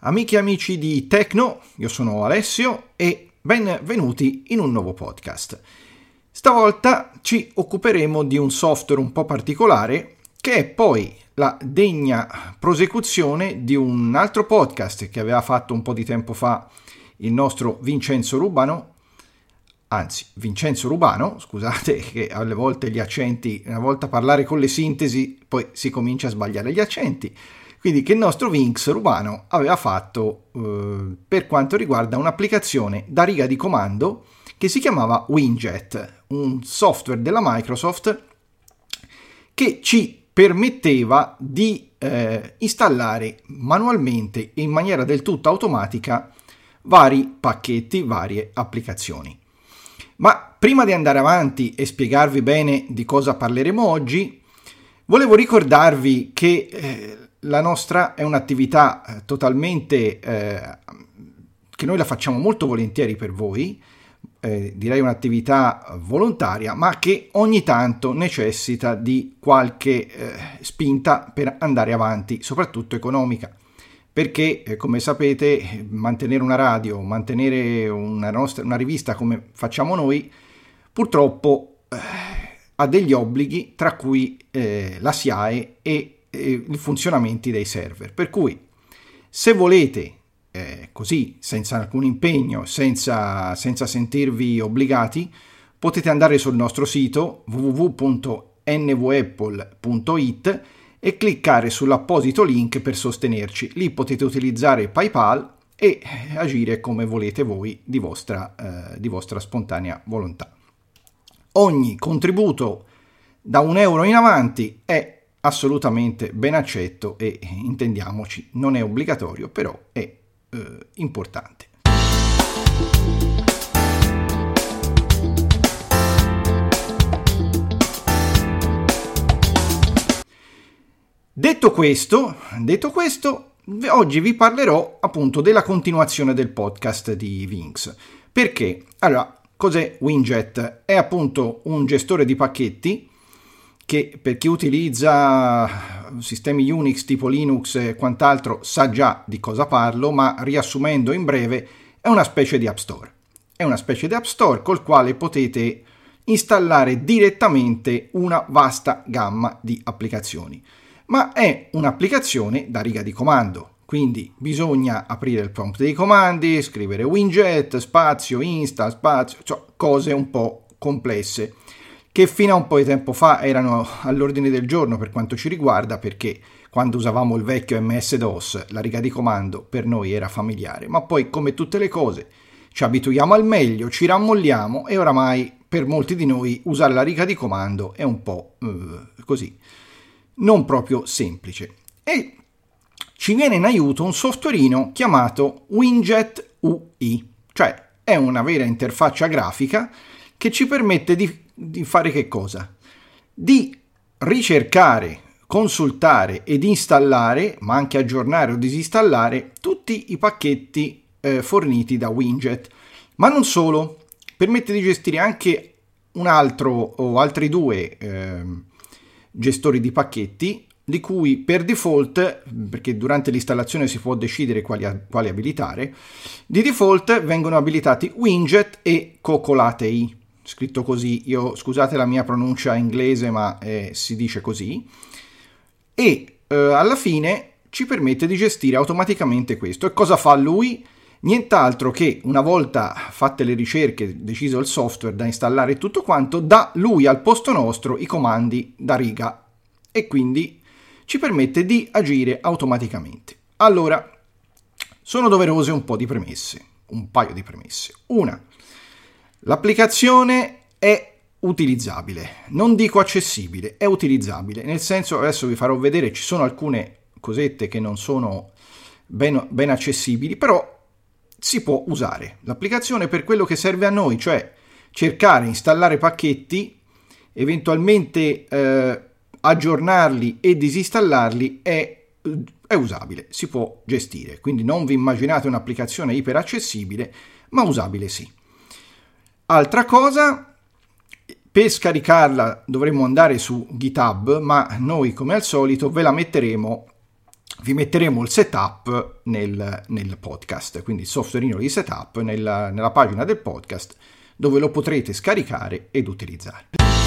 Amiche e amici di Tecno, io sono Alessio e benvenuti in un nuovo podcast. Stavolta ci occuperemo di un software un po' particolare che è poi la degna prosecuzione di un altro podcast che aveva fatto un po' di tempo fa il nostro Vincenzo Rubano, scusate che alle volte gli accenti, una volta parlare con le sintesi poi si comincia a sbagliare gli accenti, quindi che il nostro Vinx Rubano aveva fatto per quanto riguarda un'applicazione da riga di comando che si chiamava Winjet, un software della Microsoft che ci permetteva di installare manualmente e in maniera del tutto automatica vari pacchetti, varie applicazioni. Ma prima di andare avanti e spiegarvi bene di cosa parleremo oggi, volevo ricordarvi che la nostra è un'attività totalmente che noi la facciamo molto volentieri per voi, direi un'attività volontaria, ma che ogni tanto necessita di qualche spinta per andare avanti, soprattutto economica. Perché, come sapete, mantenere una radio, mantenere una rivista come facciamo noi, purtroppo ha degli obblighi, tra cui la SIAE e i funzionamenti dei server. Per cui, se volete, così, senza alcun impegno, senza sentirvi obbligati, potete andare sul nostro sito www.nvapple.it e cliccare sull'apposito link per sostenerci. Lì potete utilizzare PayPal e agire come volete voi di vostra spontanea volontà. Ogni contributo da €1 in avanti è assolutamente ben accetto e, intendiamoci, non è obbligatorio, però è importante. Detto questo, oggi vi parlerò appunto della continuazione del podcast di Vinx. Perché? Allora, cos'è Winjet? È appunto un gestore di pacchetti che, per chi utilizza sistemi Unix tipo Linux e quant'altro, sa già di cosa parlo, ma riassumendo in breve è una specie di App Store. È una specie di App Store col quale potete installare direttamente una vasta gamma di applicazioni. Ma è un'applicazione da riga di comando, quindi bisogna aprire il prompt dei comandi, scrivere Winjet, spazio, install, spazio, cioè cose un po' complesse, che fino a un po' di tempo fa erano all'ordine del giorno per quanto ci riguarda, perché quando usavamo il vecchio MS-DOS la riga di comando per noi era familiare, ma poi, come tutte le cose, ci abituiamo al meglio, ci rammolliamo e oramai per molti di noi usare la riga di comando è un po' così, non proprio semplice. E ci viene in aiuto un softwareino chiamato Winjet UI, cioè è una vera interfaccia grafica che ci permette di fare che cosa? Di ricercare, consultare ed installare, ma anche aggiornare o disinstallare tutti i pacchetti forniti da Winjet. Ma non solo, permette di gestire anche un altro o altri due gestori di pacchetti, di cui per default, perché durante l'installazione si può decidere quali abilitare, di default vengono abilitati Winjet e Cocolatei, scritto così, scusate la mia pronuncia inglese, ma si dice così, e alla fine ci permette di gestire automaticamente questo. E cosa fa lui? Nient'altro che, una volta fatte le ricerche, deciso il software da installare e tutto quanto, dà lui al posto nostro i comandi da riga e quindi ci permette di agire automaticamente. Allora, sono doverose un paio di premesse. Una, l'applicazione è utilizzabile, non dico accessibile, è utilizzabile, nel senso, adesso vi farò vedere, ci sono alcune cosette che non sono ben accessibili, però si può usare l'applicazione per quello che serve a noi, cioè cercare, installare pacchetti, eventualmente aggiornarli e disinstallarli è usabile, si può gestire, quindi non vi immaginate un'applicazione iperaccessibile, ma usabile sì. Altra cosa, per scaricarla dovremmo andare su GitHub, ma noi come al solito ve la metteremo vi metteremo il setup nel podcast, quindi il softwareino di setup nella pagina del podcast, dove lo potrete scaricare ed utilizzare.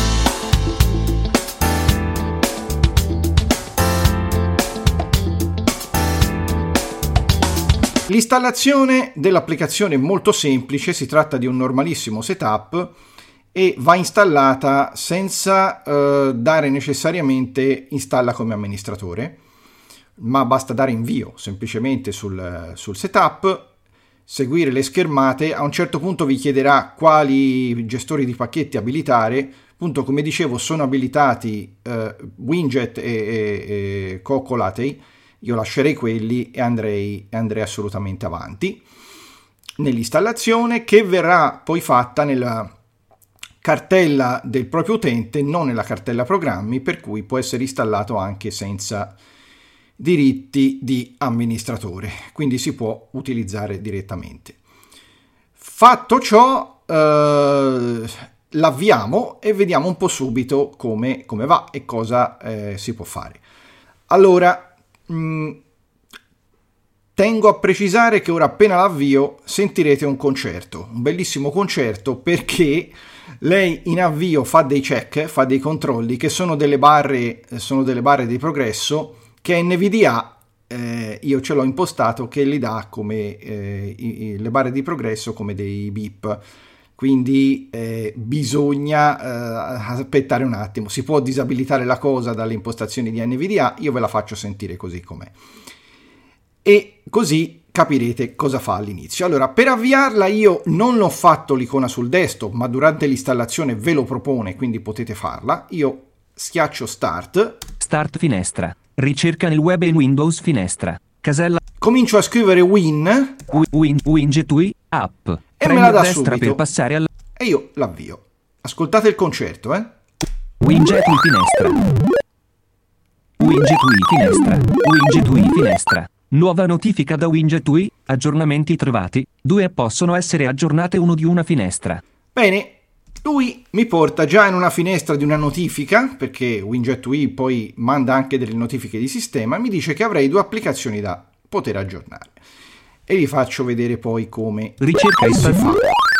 L'installazione dell'applicazione è molto semplice, si tratta di un normalissimo setup e va installata senza dare necessariamente installa come amministratore, ma basta dare invio semplicemente sul setup, seguire le schermate. A un certo punto vi chiederà quali gestori di pacchetti abilitare. Appunto, come dicevo, sono abilitati Winjet e Cocolatey. Io lascerei quelli e andrei assolutamente avanti nell'installazione, che verrà poi fatta nella cartella del proprio utente, non nella cartella programmi, per cui può essere installato anche senza diritti di amministratore, quindi si può utilizzare direttamente. Fatto ciò, l'avviamo e vediamo un po' subito come va e cosa si può fare. Allora, tengo a precisare che ora, appena l'avvio, sentirete un concerto, un bellissimo concerto, perché lei in avvio fa dei check, fa dei controlli che sono delle barre di progresso che NVDA, io ce l'ho impostato, che li dà come le barre di progresso come dei beep. Quindi bisogna aspettare un attimo. Si può disabilitare la cosa dalle impostazioni di NVDA, io ve la faccio sentire così com'è. E così capirete cosa fa all'inizio. Allora, per avviarla io non ho fatto l'icona sul desktop, ma durante l'installazione ve lo propone, quindi potete farla. Io schiaccio Start. Start finestra. Ricerca nel web in Windows finestra. Casella. Comincio a scrivere Winget UI app. E me la dà destra subito. Per passare alla... E io l'avvio. Ascoltate il concerto, Winget UI finestra. Winget UI finestra. Winget UI finestra. Nuova notifica da Winget UI. Aggiornamenti trovati. 2 possono essere aggiornate, uno di una finestra. Bene, lui mi porta già in una finestra di una notifica, perché Winget UI poi manda anche delle notifiche di sistema, e mi dice che avrei 2 applicazioni da poter aggiornare. E vi faccio vedere poi come Ricerca si fa.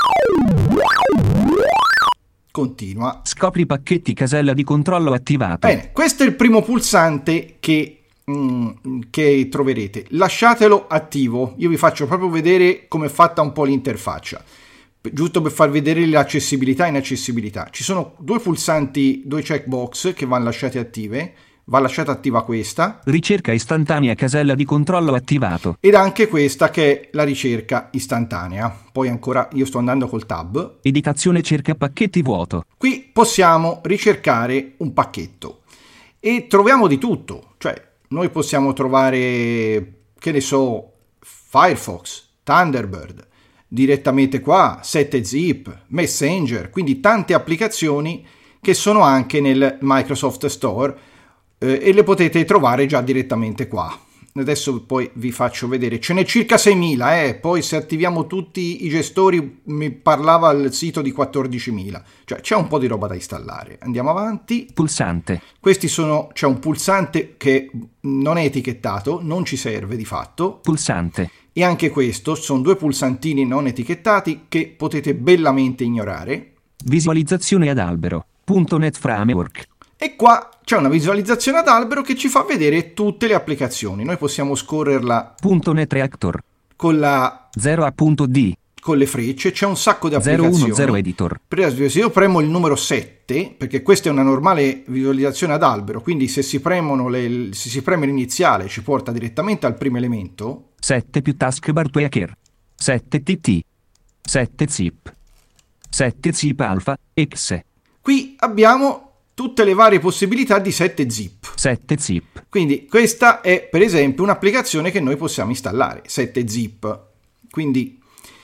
Continua. Scopri pacchetti, casella di controllo attivato. Bene, questo è il primo pulsante che troverete. Lasciatelo attivo. Io vi faccio proprio vedere come è fatta un po' l'interfaccia, giusto per far vedere l'accessibilità e inaccessibilità. Ci sono 2 pulsanti, 2 checkbox che vanno lasciati attive. Va lasciata attiva questa. Ricerca istantanea, casella di controllo attivato. Ed anche questa, che è la ricerca istantanea. Poi ancora io sto andando col tab. Editazione cerca pacchetti vuoto. Qui possiamo ricercare un pacchetto e troviamo di tutto. Cioè, noi possiamo trovare, che ne so, Firefox, Thunderbird, direttamente qua, 7zip, Messenger, quindi tante applicazioni che sono anche nel Microsoft Store, e le potete trovare già direttamente qua. Adesso poi vi faccio vedere, ce n'è circa 6.000, poi se attiviamo tutti i gestori mi parlava il sito di 14.000, cioè c'è un po' di roba da installare. Andiamo avanti. Pulsante. C'è un pulsante che non è etichettato, non ci serve di fatto. Pulsante. E anche questo, sono 2 pulsantini non etichettati che potete bellamente ignorare. Visualizzazione ad albero. .NET Framework. E qua c'è una visualizzazione ad albero che ci fa vedere tutte le applicazioni. Noi possiamo scorrerla .NET Reactor con la 0A.D, con le frecce. C'è un sacco di applicazioni. 010 Editor. Se io premo il numero 7, perché questa è una normale visualizzazione ad albero, quindi se si preme l'iniziale ci porta direttamente al primo elemento. 7 più taskbar tweaker. 7 TT. 7 zip. 7 zip alpha, exe. Qui abbiamo tutte le varie possibilità di 7zip. 7zip. Quindi questa è per esempio un'applicazione che noi possiamo installare, 7zip. Quindi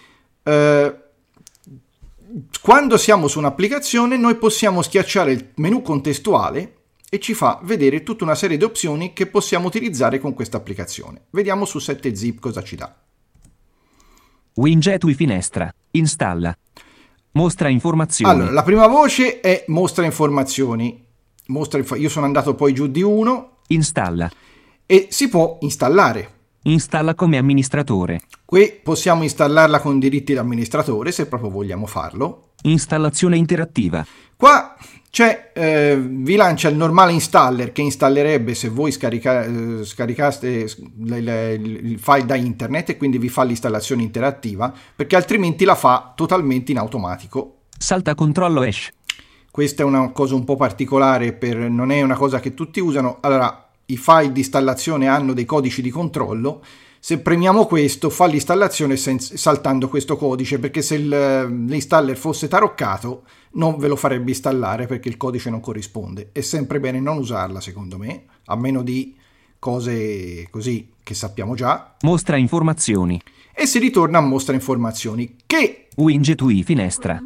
quando siamo su un'applicazione noi possiamo schiacciare il menu contestuale e ci fa vedere tutta una serie di opzioni che possiamo utilizzare con questa applicazione. Vediamo su 7zip cosa ci dà. Winget UI finestra. Installa. Mostra informazioni. Allora, la prima voce è mostra informazioni. Io sono andato poi giù di 1. Installa. e si può installare. Installa come amministratore. Qui possiamo installarla con diritti d'amministratore se proprio vogliamo farlo. Installazione interattiva. Qua vi lancia il normale installer che installerebbe se voi scaricaste il file da internet, e quindi vi fa l'installazione interattiva, perché altrimenti la fa totalmente in automatico. Salta controllo hash. Questa è una cosa un po' particolare, non è una cosa che tutti usano. Allora, i file di installazione hanno dei codici di controllo. Se premiamo questo, fa l'installazione saltando questo codice, perché se l'installer fosse taroccato non ve lo farebbe installare perché il codice non corrisponde. È sempre bene non usarla, secondo me, a meno di cose così che sappiamo già. Mostra informazioni. E si ritorna a mostra informazioni, che Widget UI finestra.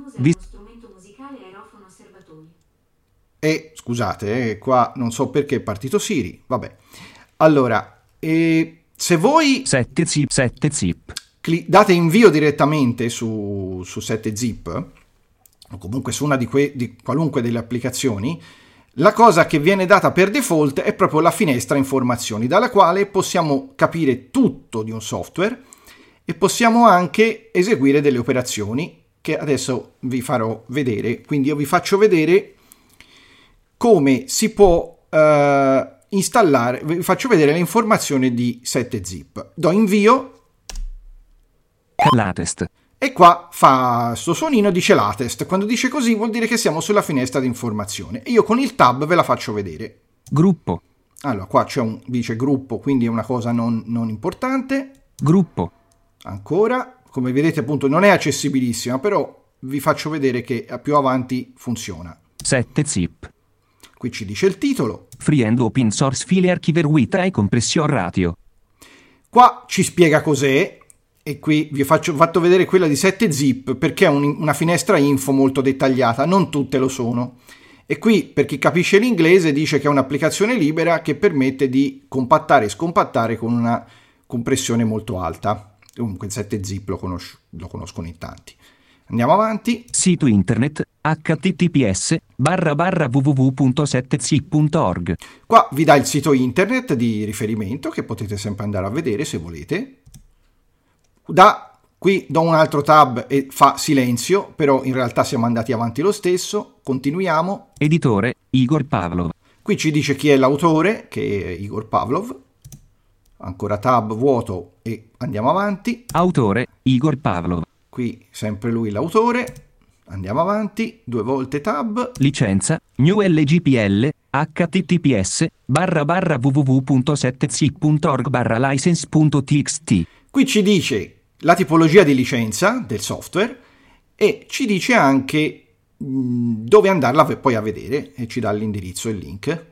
E scusate, qua non so perché è partito Siri. Vabbè. Allora, se voi 7zip date invio direttamente su 7zip, o comunque su una di qualunque delle applicazioni, la cosa che viene data per default è proprio la finestra informazioni, dalla quale possiamo capire tutto di un software e possiamo anche eseguire delle operazioni che adesso vi farò vedere. Quindi io vi faccio vedere come si può installare, vi faccio vedere le informazioni di 7zip. Do invio. Latest. E qua fa sto suonino, dice latest. Quando dice così vuol dire che siamo sulla finestra di informazione. E io con il tab ve la faccio vedere. Gruppo. Allora, qua dice gruppo, quindi è una cosa non importante. Gruppo. Ancora, come vedete appunto non è accessibilissima, però vi faccio vedere che più avanti funziona. 7zip. Qui ci dice il titolo. Free and open source file archiver with high compression ratio. Qua ci spiega cos'è. E qui vi ho fatto vedere quella di 7zip perché è una finestra info molto dettagliata, non tutte lo sono. E qui, per chi capisce l'inglese, dice che è un'applicazione libera che permette di compattare e scompattare con una compressione molto alta. Comunque il 7zip lo conoscono in tanti. Andiamo avanti. Sito internet https://www.7zip.org. Qua vi dà il sito internet di riferimento che potete sempre andare a vedere se volete. Qui do un altro tab e fa silenzio, però in realtà siamo andati avanti lo stesso. Continuiamo. Editore Igor Pavlov. Qui ci dice chi è l'autore, che è Igor Pavlov. Ancora tab vuoto e andiamo avanti. Autore Igor Pavlov. Qui sempre lui l'autore. Andiamo avanti, 2 volte tab. Licenza New LGPL https://www.7zip.org/license.txt. Qui ci dice la tipologia di licenza del software e ci dice anche dove andarla poi a vedere, e ci dà l'indirizzo e il link.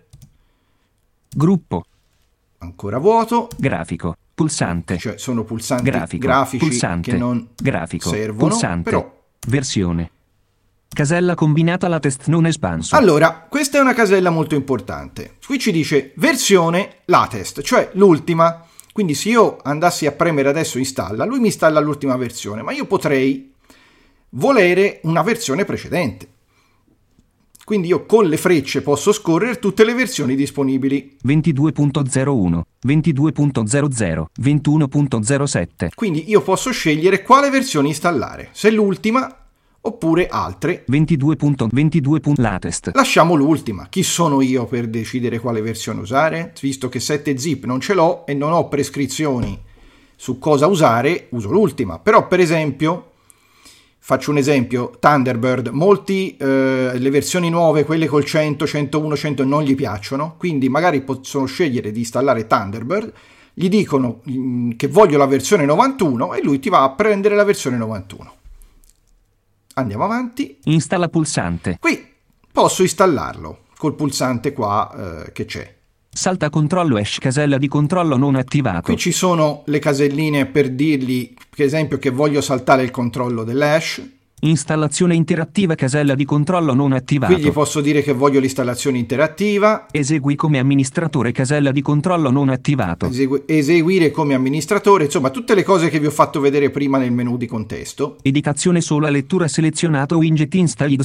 Gruppo. Ancora vuoto. Grafico. Pulsante. Cioè sono pulsanti grafico, grafici pulsante, che non grafico, servono, pulsante, però. Versione. Casella combinata latest non espanso. Allora, questa è una casella molto importante. Qui ci dice versione latest, cioè l'ultima. Quindi se io andassi a premere adesso installa, lui mi installa l'ultima versione, ma io potrei volere una versione precedente. Quindi io con le frecce posso scorrere tutte le versioni disponibili. 22.01, 22.00, 21.07. Quindi io posso scegliere quale versione installare, se l'ultima oppure altre. 22.22. Latest. Lasciamo l'ultima. Chi sono io per decidere quale versione usare? Visto che 7zip non ce l'ho e non ho prescrizioni su cosa usare, uso l'ultima. Però per esempio, faccio un esempio, Thunderbird, molti le versioni nuove, quelle col 100, 101, 100 non gli piacciono, quindi magari possono scegliere di installare Thunderbird, gli dicono che voglio la versione 91 e lui ti va a prendere la versione 91. Andiamo avanti. Installa pulsante. Qui posso installarlo col pulsante qua che c'è. Salta controllo hash casella di controllo non attivato. Qui ci sono le caselline per dirgli, per esempio, che voglio saltare il controllo dell'hash. Installazione interattiva casella di controllo non attivato. Qui gli posso dire che voglio l'installazione interattiva. Esegui come amministratore casella di controllo non attivato. Eseguire come amministratore, insomma tutte le cose che vi ho fatto vedere prima nel menu di contesto. Indicazione sola lettura selezionato widget installed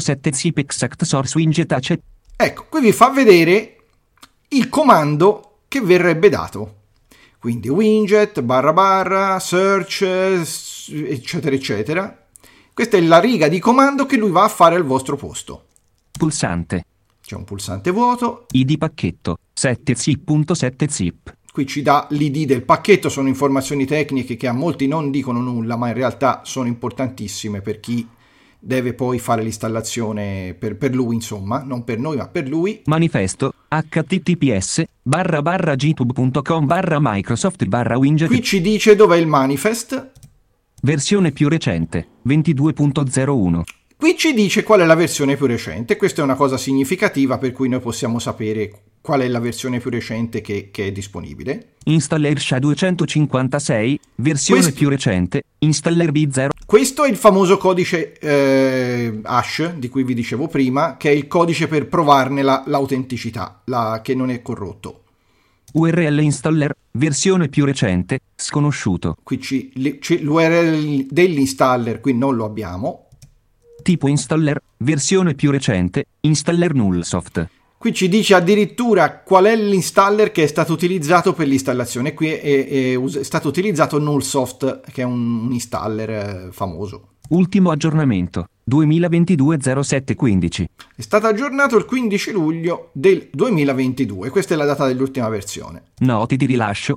7zip exact source widget accept. Ecco, qui vi fa vedere il comando che verrebbe dato. Quindi widget, / search, eccetera, eccetera. Questa è la riga di comando che lui va a fare al vostro posto. Pulsante. C'è un pulsante vuoto. ID pacchetto 7zip.7zip. Qui ci dà l'ID del pacchetto, sono informazioni tecniche che a molti non dicono nulla, ma in realtà sono importantissime per chi deve poi fare l'installazione per lui, insomma, non per noi ma per lui. Manifesto https://github.com/microsoft/widget. Qui ci dice dov'è il manifest. Versione più recente 22.01. Qui ci dice qual è la versione più recente. Questa è una cosa significativa per cui noi possiamo sapere qual è la versione più recente che è disponibile. Installer SHA-256, versione più recente, Installer B0. Questo è il famoso codice hash di cui vi dicevo prima, che è il codice per provarne l'autenticità, che non è corrotto. URL installer, versione più recente, sconosciuto. Qui l'URL dell'installer, qui non lo abbiamo. Tipo installer, versione più recente, installer nullsoft. Qui ci dice addirittura qual è l'installer che è stato utilizzato per l'installazione. Qui è stato utilizzato nullsoft, che è un installer famoso. Ultimo aggiornamento 2022-07-15. È stato aggiornato il 15 luglio del 2022. Questa è la data dell'ultima versione. Note di rilascio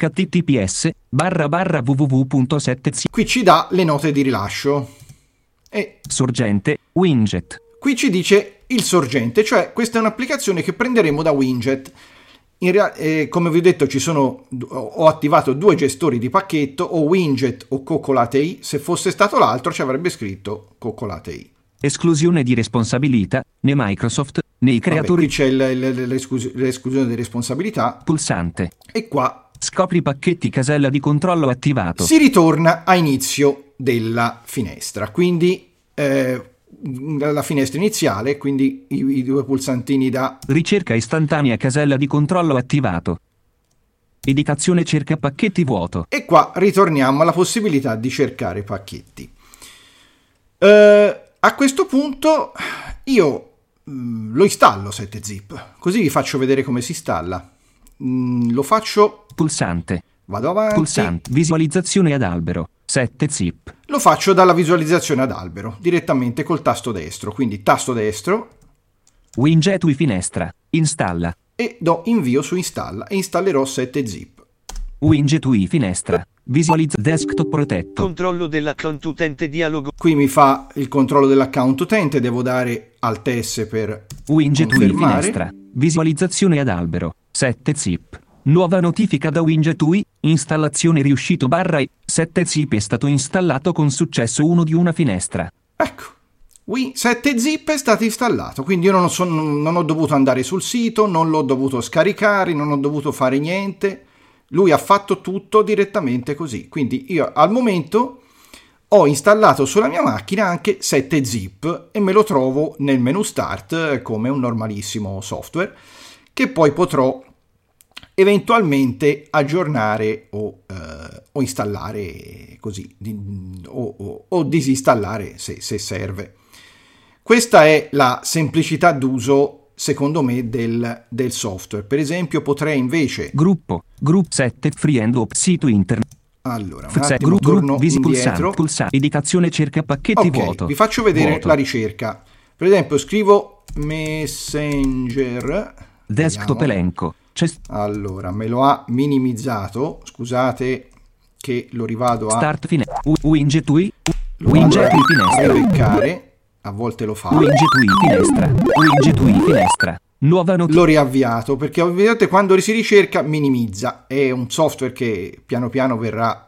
https://www.7zip. Qui ci dà le note di rilascio. E sorgente widget. Qui ci dice il sorgente, cioè questa è un'applicazione che prenderemo da widget. Come vi ho detto, ho attivato 2 gestori di pacchetto, o widget o Coccolatei. Se fosse stato l'altro ci avrebbe scritto Coccolatei. Esclusione di responsabilità né Microsoft né i creatori. Qui c'è l'esclusione di responsabilità. Pulsante. E qua scopri pacchetti, casella di controllo attivato. Si ritorna a inizio della finestra, quindi la finestra iniziale, quindi i 2 pulsantini da ricerca istantanea, casella di controllo attivato. Indicazione cerca pacchetti vuoto. E qua ritorniamo alla possibilità di cercare pacchetti. A questo punto io lo installo 7zip, così vi faccio vedere come si installa. Lo faccio. Pulsante. Vado avanti. Pulsante. Visualizzazione ad albero 7zip. Lo faccio dalla visualizzazione ad albero, direttamente col tasto destro, quindi tasto destro. Widget UI finestra. Installa. E do invio su installa e installerò 7zip. Widget UI finestra. Visualizza desktop protetto. Controllo dell'account utente dialogo. Qui mi fa il controllo dell'account utente, devo dare Alt S per Widget UI confermare. finestra. Visualizzazione ad albero 7zip. Nuova notifica da Widget UI, installazione riuscito / 7zip è stato installato con successo uno di una finestra. Ecco, 7zip è stato installato, quindi io non ho dovuto andare sul sito, non l'ho dovuto scaricare, non ho dovuto fare niente, lui ha fatto tutto direttamente così. Quindi io al momento ho installato sulla mia macchina anche 7zip e me lo trovo nel menu start come un normalissimo software che poi potrò eventualmente aggiornare o installare così o disinstallare se serve. Questa è la semplicità d'uso secondo me del software. Per esempio potrei invece group 7 free and op sito internet. Allora, un attimo, torno indietro. Pulsante, indicazione cerca pacchetti vuoto. Vi faccio vedere vuoto. La ricerca. Per esempio scrivo Messenger. Desktop Vediamo. elenco. Allora, me lo ha minimizzato, scusate che lo rivado a start Widget UI finestra. beccare, a volte lo fa. Widget UI finestra. Nuova notifica. L'ho riavviato perché ovviamente quando si ricerca minimizza, è un software che piano piano verrà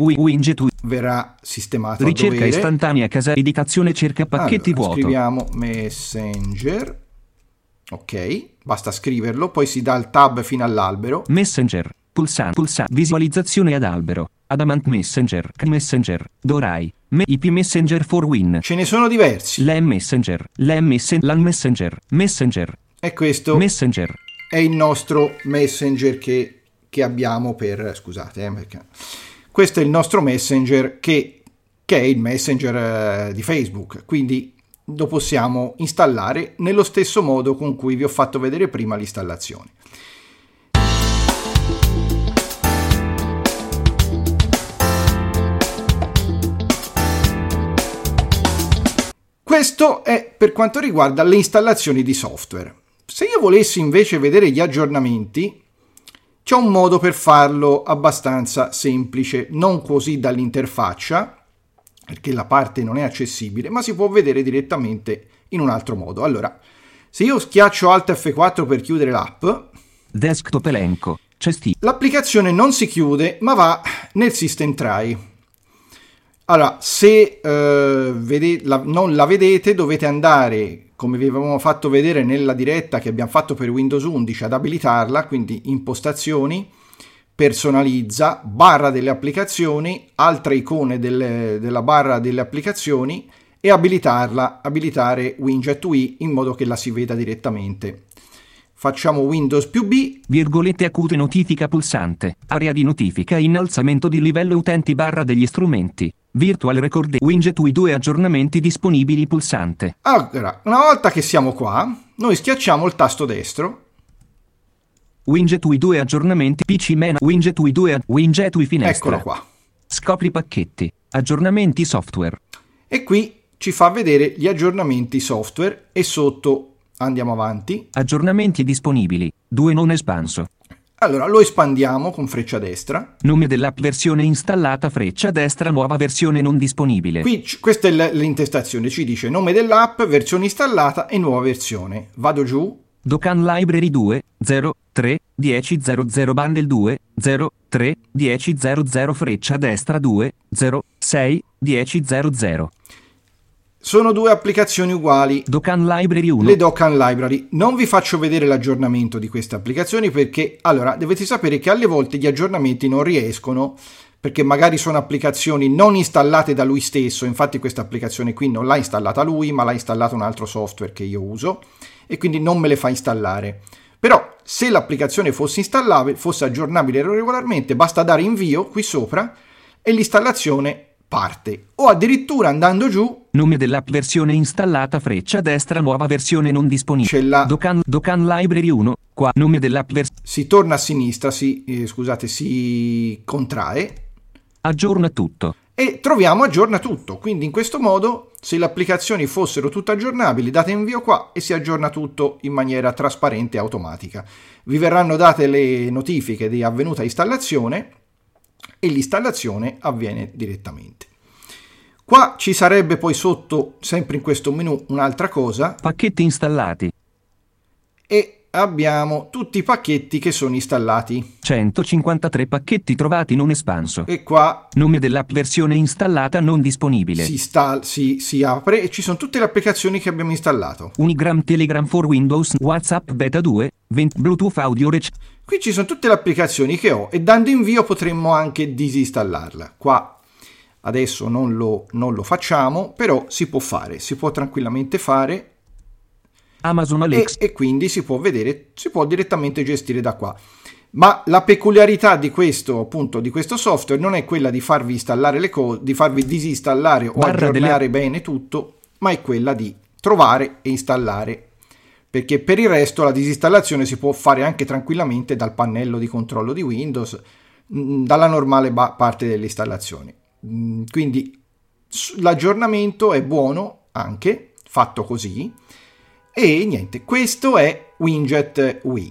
sistemato. Ricerca a dovere. istantanea, casella indicazione cerca pacchetti Allora, vuoto. scriviamo Messenger. Ok, basta scriverlo, poi si dà il tab fino all'albero. Messenger, pulsante, visualizzazione ad albero, Adamant Messenger, Messenger, Dorai, IP Messenger for Win. Ce ne sono diversi. LAN Messenger, LAN Messenger, E questo Messenger. È il nostro Messenger che abbiamo per... Scusate, perché... Questo è il nostro Messenger che è il Messenger di Facebook, quindi lo possiamo installare nello stesso modo con cui vi ho fatto vedere prima l'installazione. Questo è per quanto riguarda le installazioni di software. Se io volessi invece vedere gli aggiornamenti, c'è un modo per farlo abbastanza semplice, non così dall'interfaccia, perché la parte non è accessibile, ma si può vedere direttamente in un altro modo. Allora, se io schiaccio Alt F4 per chiudere l'app, desktop elenco, l'applicazione non si chiude, ma va nel System Tray. Allora, se non la vedete, dovete andare, come vi avevamo fatto vedere nella diretta che abbiamo fatto per Windows 11, ad abilitarla, quindi impostazioni, personalizza, barra delle applicazioni, altre icone della barra delle applicazioni e abilitare Widget UI in modo che la si veda direttamente. Facciamo Windows più B, virgolette acute notifica pulsante, area di notifica innalzamento di livello utenti barra degli strumenti, virtual record Widget UI 2 aggiornamenti disponibili pulsante. Allora, una volta che siamo qua, noi schiacciamo il tasto destro. Widget UI 2 aggiornamenti PC menu Widget UI 2 Widget UI finestra. Eccolo qua. Scopri pacchetti, aggiornamenti software. E qui ci fa vedere gli aggiornamenti software e sotto andiamo avanti. Aggiornamenti disponibili, 2 non espanso. Allora lo espandiamo con freccia destra. Nome dell'app versione installata freccia destra nuova versione non disponibile. Qui questa è l'intestazione, ci dice nome dell'app, versione installata e nuova versione. Vado giù. Docan Library 2, 0, 3, 10, 00 Bundle 2, 0, 3, 10, 00 freccia destra 2, 0, 6, 10, 00. Sono due applicazioni uguali. Docan Library 1. Le Docan Library. Non vi faccio vedere l'aggiornamento di queste applicazioni perché, allora, dovete sapere che alle volte gli aggiornamenti non riescono perché magari sono applicazioni non installate da lui stesso. Infatti questa applicazione qui non l'ha installata lui, ma l'ha installato un altro software che io uso e quindi non me le fa installare. Però se l'applicazione fosse installabile, fosse aggiornabile regolarmente, basta dare invio qui sopra e l'installazione parte. O addirittura andando giù, nome dell'app versione installata freccia destra nuova versione non disponibile. C'è la Docan Library 1, qua nome dell'app si torna a sinistra, si contrae. Aggiorna tutto. E troviamo aggiorna tutto. Quindi in questo modo, se le applicazioni fossero tutte aggiornabili, date invio qua e si aggiorna tutto in maniera trasparente e automatica. Vi verranno date le notifiche di avvenuta installazione e l'installazione avviene direttamente. Qua ci sarebbe poi sotto, sempre in questo menu, un'altra cosa. Pacchetti installati. E abbiamo tutti i pacchetti che sono installati. 153 pacchetti trovati non espanso. E qua nome dell'app versione installata non disponibile. Si apre e ci sono tutte le applicazioni che abbiamo installato. Unigram, Telegram for Windows, WhatsApp Beta 2, Bluetooth Audio Qui ci sono tutte le applicazioni che ho e dando invio potremmo anche disinstallarla. Qua adesso non lo facciamo, però si può fare, si può tranquillamente fare. Amazon Alexa. E quindi si può vedere, si può direttamente gestire da qua. Ma la peculiarità di questo software non è quella di farvi installare le cose, di farvi disinstallare o aggiornare bene tutto, ma è quella di trovare e installare. Perché per il resto la disinstallazione si può fare anche tranquillamente dal pannello di controllo di Windows, dalla normale parte dell'installazione. Quindi l'aggiornamento è buono anche, fatto così. E niente, questo è Widget UI.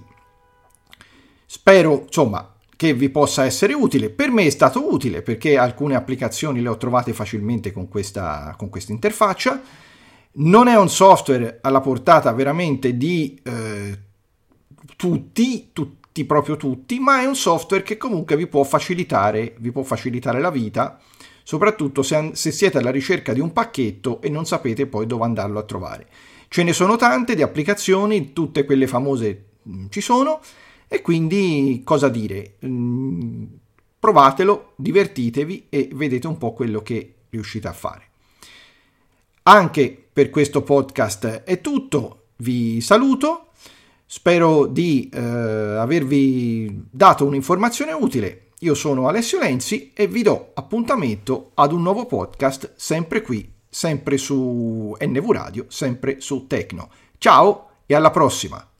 Spero, insomma, che vi possa essere utile. Per me è stato utile perché alcune applicazioni le ho trovate facilmente con questa interfaccia. Non è un software alla portata veramente di tutti, ma è un software che comunque vi può facilitare la vita, soprattutto se siete alla ricerca di un pacchetto e non sapete poi dove andarlo a trovare. Ce ne sono tante di applicazioni, tutte quelle famose ci sono, e quindi cosa dire? Provatelo, divertitevi e vedete un po' quello che riuscite a fare. Anche per questo podcast è tutto, vi saluto, spero di avervi dato un'informazione utile. Io sono Alessio Lenzi e vi do appuntamento ad un nuovo podcast sempre qui, sempre su NV Radio, sempre su Tecno. Ciao e alla prossima!